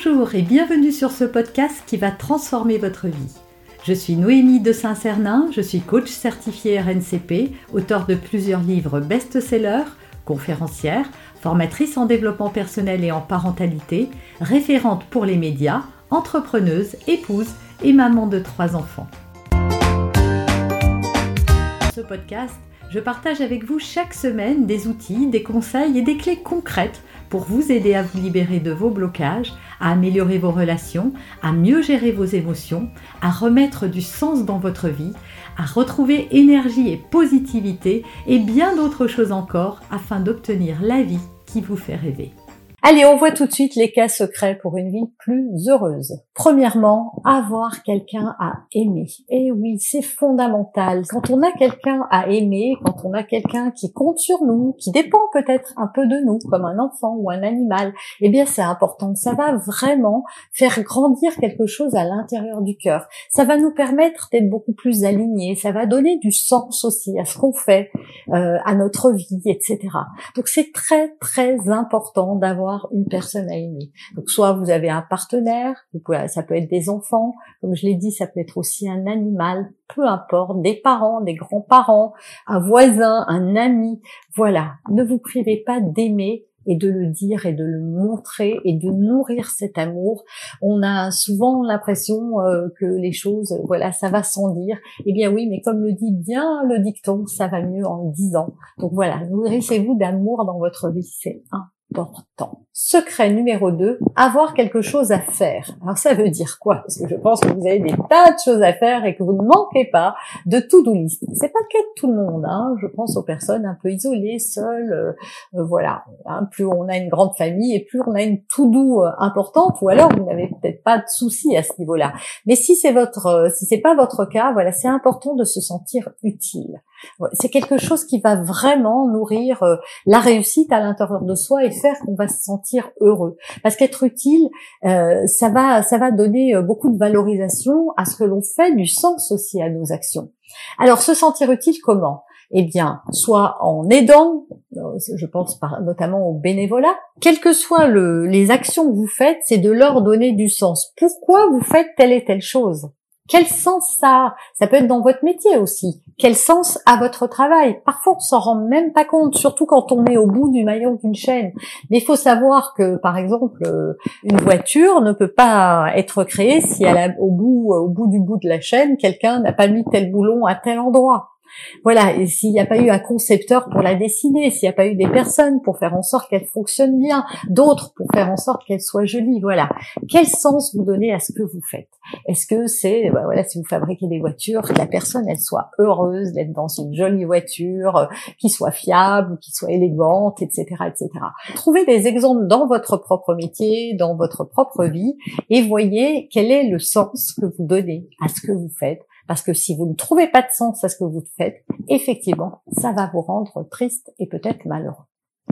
Bonjour et bienvenue sur ce podcast qui va transformer votre vie. Je suis Noémie de Saint-Cernin, je suis coach certifiée RNCP, auteure de plusieurs livres best-sellers, conférencière, formatrice en développement personnel et en parentalité, référente pour les médias, entrepreneuse, épouse et maman de 3 enfants. Dans ce podcast, je partage avec vous chaque semaine des outils, des conseils et des clés concrètes pour vous aider à vous libérer de vos blocages, à améliorer vos relations, à mieux gérer vos émotions, à remettre du sens dans votre vie, à retrouver énergie et positivité et bien d'autres choses encore afin d'obtenir la vie qui vous fait rêver. Allez, on voit tout de suite les cas secrets pour une vie plus heureuse. Premièrement, avoir quelqu'un à aimer. Et oui, c'est fondamental. Quand on a quelqu'un à aimer, quand on a quelqu'un qui compte sur nous, qui dépend peut-être un peu de nous, comme un enfant ou un animal, eh bien c'est important. Ça va vraiment faire grandir quelque chose à l'intérieur du cœur. Ça va nous permettre d'être beaucoup plus alignés. Ça va donner du sens aussi à ce qu'on fait, à notre vie, etc. Donc c'est très très important d'avoir une personne à aimer. Donc soit vous avez un partenaire, ça peut être des enfants, comme je l'ai dit, ça peut être aussi un animal, peu importe, des parents, des grands-parents, un voisin, un ami. Voilà, ne vous privez pas d'aimer et de le dire et de le montrer et de nourrir cet amour. On a souvent l'impression que les choses, voilà, ça va sans dire. Eh bien oui, mais comme le dit bien le dicton, ça va mieux en le disant. Donc voilà, nourrissez-vous d'amour dans votre vie, c'est important. Secret numéro 2, avoir quelque chose à faire. Alors ça veut dire quoi? Parce que je pense que vous avez des tas de choses à faire et que vous ne manquez pas de to-do list. C'est pas le cas de tout le monde, hein. Je pense aux personnes un peu isolées, seules, voilà. Hein, plus on a une grande famille et plus on a une to-do importante, ou alors vous n'avez peut-être pas de soucis à ce niveau-là. Mais si c'est pas votre cas, voilà, c'est important de se sentir utile. C'est quelque chose qui va vraiment nourrir la réussite à l'intérieur de soi et faire qu'on va se sentir heureux. Parce qu'être utile, ça va donner beaucoup de valorisation à ce que l'on fait, du sens aussi à nos actions. Alors, se sentir utile comment? Eh bien, soit en aidant, je pense notamment au bénévolat, quelles que soient les actions que vous faites, c'est de leur donner du sens. Pourquoi vous faites telle et telle chose? Quel sens ça a? Ça peut être dans votre métier aussi. Quel sens a votre travail? Parfois, on s'en rend même pas compte, surtout quand on est au bout du maillon d'une chaîne. Mais il faut savoir que, par exemple, une voiture ne peut pas être créée si au bout de la chaîne, quelqu'un n'a pas mis tel boulon à tel endroit. Voilà, et s'il n'y a pas eu un concepteur pour la dessiner, s'il n'y a pas eu des personnes pour faire en sorte qu'elle fonctionne bien, d'autres pour faire en sorte qu'elle soit jolie, voilà. Quel sens vous donnez à ce que vous faites? Est-ce que c'est, voilà, si vous fabriquez des voitures, que la personne, elle soit heureuse d'être dans une jolie voiture, qui soit fiable, qui soit élégante, etc., etc. Trouvez des exemples dans votre propre métier, dans votre propre vie, et voyez quel est le sens que vous donnez à ce que vous faites. Parce que si vous ne trouvez pas de sens à ce que vous faites, effectivement, ça va vous rendre triste et peut-être malheureux.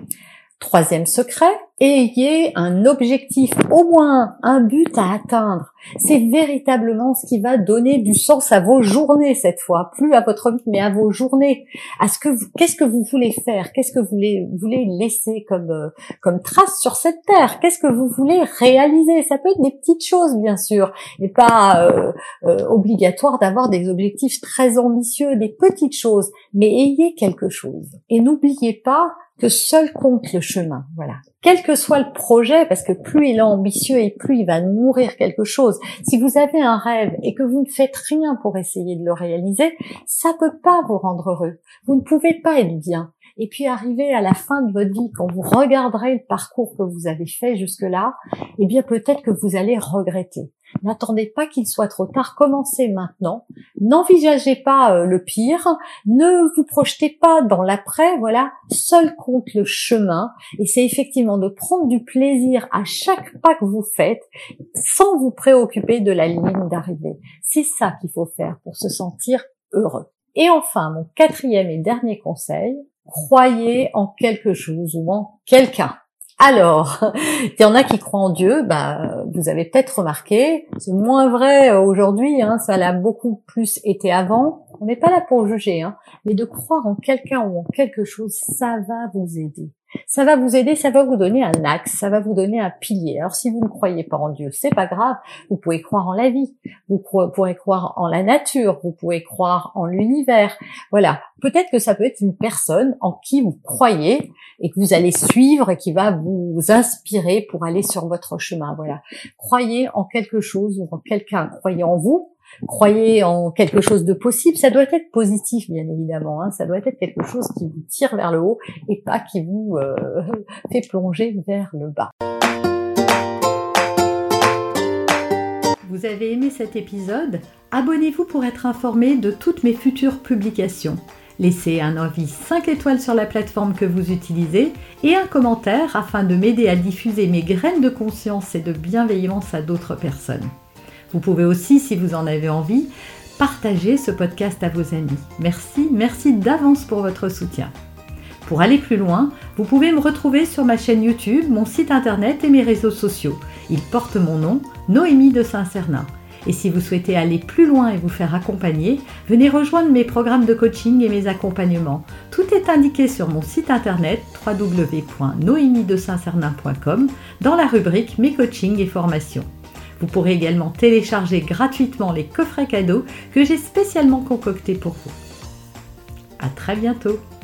3e secret, ayez un objectif, au moins un but à atteindre. C'est véritablement ce qui va donner du sens à vos journées cette fois, plus à votre vie, mais à vos journées. Qu'est-ce que vous voulez faire? Qu'est-ce que vous voulez laisser comme trace sur cette terre? Qu'est-ce que vous voulez réaliser? Ça peut être des petites choses, bien sûr, et pas obligatoire d'avoir des objectifs très ambitieux, des petites choses, mais ayez quelque chose. Et n'oubliez pas que seul compte le chemin, voilà. Quel que soit le projet, parce que plus il est ambitieux et plus il va nourrir quelque chose. Si vous avez un rêve et que vous ne faites rien pour essayer de le réaliser, ça peut pas vous rendre heureux. Vous ne pouvez pas être bien. Et puis arriver à la fin de votre vie, quand vous regarderez le parcours que vous avez fait jusque-là, eh bien peut-être que vous allez regretter. N'attendez pas qu'il soit trop tard, commencez maintenant. N'envisagez pas le pire, ne vous projetez pas dans l'après, voilà. Seul compte le chemin, et c'est effectivement de prendre du plaisir à chaque pas que vous faites, sans vous préoccuper de la ligne d'arrivée. C'est ça qu'il faut faire pour se sentir heureux. Et enfin, mon 4e et dernier conseil, croyez en quelque chose ou en quelqu'un. Alors, il y en a qui croient en Dieu, vous avez peut-être remarqué, c'est moins vrai aujourd'hui, ça l'a beaucoup plus été avant. On n'est pas là pour juger, mais de croire en quelqu'un ou en quelque chose, ça va vous aider. Ça va vous aider, ça va vous donner un axe, ça va vous donner un pilier. Alors si vous ne croyez pas en Dieu, c'est pas grave, vous pouvez croire en la vie, vous pourrez croire en la nature, vous pouvez croire en l'univers. Voilà, peut-être que ça peut être une personne en qui vous croyez et que vous allez suivre et qui va vous inspirer pour aller sur votre chemin. Voilà, croyez en quelque chose ou en quelqu'un, croyez en vous. Croyez en quelque chose de possible, ça doit être positif bien évidemment, ça doit être quelque chose qui vous tire vers le haut et pas qui vous fait plonger vers le bas. Vous avez aimé cet épisode? Abonnez-vous pour être informé de toutes mes futures publications. Laissez un avis 5 étoiles sur la plateforme que vous utilisez et un commentaire afin de m'aider à diffuser mes graines de conscience et de bienveillance à d'autres personnes. Vous pouvez aussi, si vous en avez envie, partager ce podcast à vos amis. Merci d'avance pour votre soutien. Pour aller plus loin, vous pouvez me retrouver sur ma chaîne YouTube, mon site internet et mes réseaux sociaux. Ils portent mon nom, Noémie de Saint-Cernin. Et si vous souhaitez aller plus loin et vous faire accompagner, venez rejoindre mes programmes de coaching et mes accompagnements. Tout est indiqué sur mon site internet www.noemidesintcernin.com dans la rubrique Mes coachings et formations. Vous pourrez également télécharger gratuitement les coffrets cadeaux que j'ai spécialement concoctés pour vous. À très bientôt!